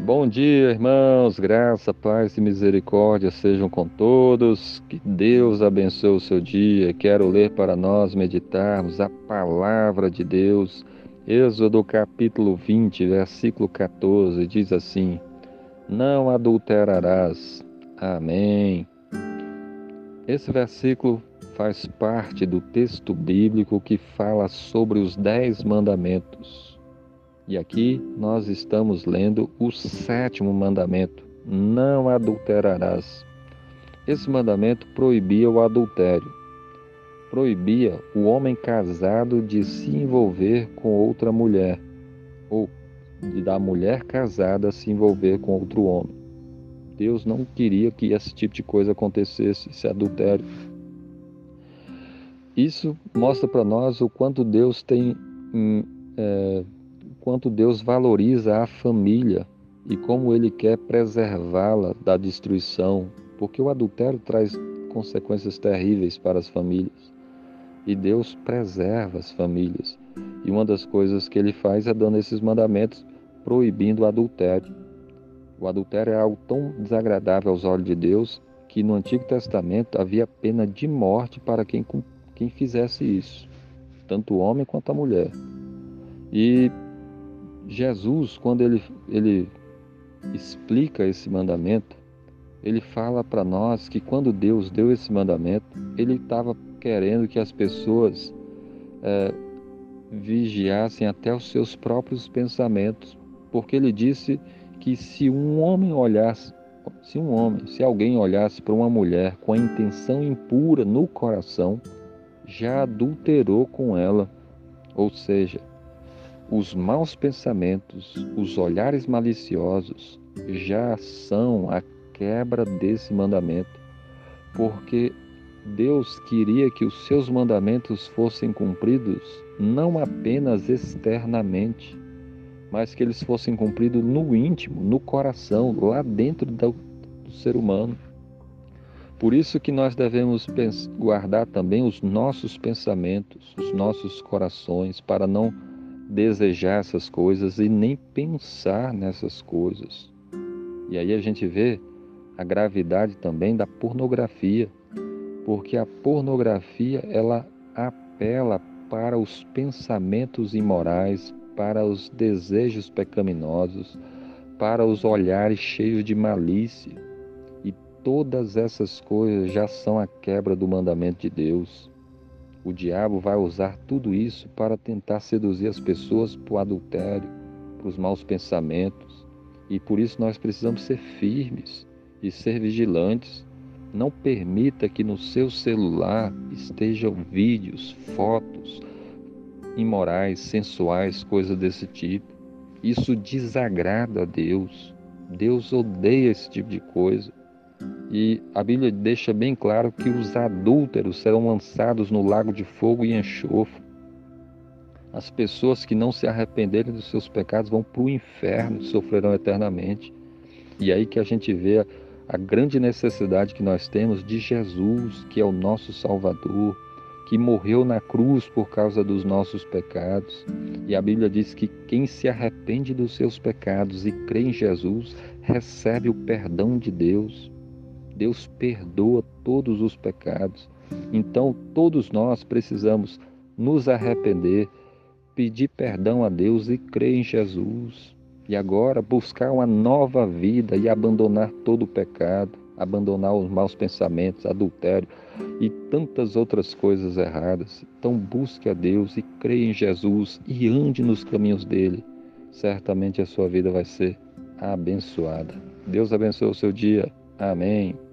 Bom dia, irmãos. Graça, paz e misericórdia sejam com todos. Que Deus abençoe o seu dia. Quero ler para nós meditarmos a palavra de Deus. Êxodo capítulo 20, versículo 14, diz assim: Não adulterarás. Amém. Esse versículo faz parte do texto bíblico que fala sobre os 10 mandamentos. E aqui nós estamos lendo o 7º mandamento: não adulterarás. Esse mandamento proibia o adultério, proibia o homem casado de se envolver com outra mulher, ou da mulher casada se envolver com outro homem. Deus não queria que esse tipo de coisa acontecesse, esse adultério. Isso mostra para nós o quanto Deus quanto Deus valoriza a família e como Ele quer preservá-la da destruição, porque o adultério traz consequências terríveis para as famílias. E Deus preserva as famílias. E uma das coisas que Ele faz é dando esses mandamentos proibindo o adultério. O adultério é algo tão desagradável aos olhos de Deus que no Antigo Testamento havia pena de morte para quem fizesse isso, tanto o homem quanto a mulher. E Jesus, quando ele explica esse mandamento, ele fala para nós que quando Deus deu esse mandamento, ele estava querendo que as pessoas vigiassem até os seus próprios pensamentos, porque ele disse que se alguém olhasse para uma mulher com a intenção impura no coração, já adulterou com ela, ou seja, os maus pensamentos, os olhares maliciosos já são a quebra desse mandamento, porque Deus queria que os seus mandamentos fossem cumpridos não apenas externamente, mas que eles fossem cumpridos no íntimo, no coração, lá dentro do ser humano. Por isso que nós devemos guardar também os nossos pensamentos, os nossos corações, para não desejar essas coisas e nem pensar nessas coisas. E aí a gente vê a gravidade também da pornografia, porque a pornografia ela apela para os pensamentos imorais, para os desejos pecaminosos, para os olhares cheios de malícia. E todas essas coisas já são a quebra do mandamento de Deus. O diabo vai usar tudo isso para tentar seduzir as pessoas para o adultério, para os maus pensamentos. E por isso nós precisamos ser firmes e ser vigilantes. Não permita que no seu celular estejam vídeos, fotos imorais, sensuais, coisas desse tipo. Isso desagrada a Deus. Deus odeia esse tipo de coisa. E a Bíblia deixa bem claro que os adúlteros serão lançados no lago de fogo e enxofre. As pessoas que não se arrependerem dos seus pecados vão para o inferno, sofrerão eternamente. E aí que a gente vê a grande necessidade que nós temos de Jesus, que é o nosso Salvador, que morreu na cruz por causa dos nossos pecados. E a Bíblia diz que quem se arrepende dos seus pecados e crê em Jesus, recebe o perdão de Deus. Deus perdoa todos os pecados. Então, todos nós precisamos nos arrepender, pedir perdão a Deus e crer em Jesus. E agora buscar uma nova vida e abandonar todo o pecado, abandonar os maus pensamentos, adultério e tantas outras coisas erradas. Então busque a Deus e creia em Jesus e ande nos caminhos dele. Certamente a sua vida vai ser abençoada. Deus abençoe o seu dia. Amém.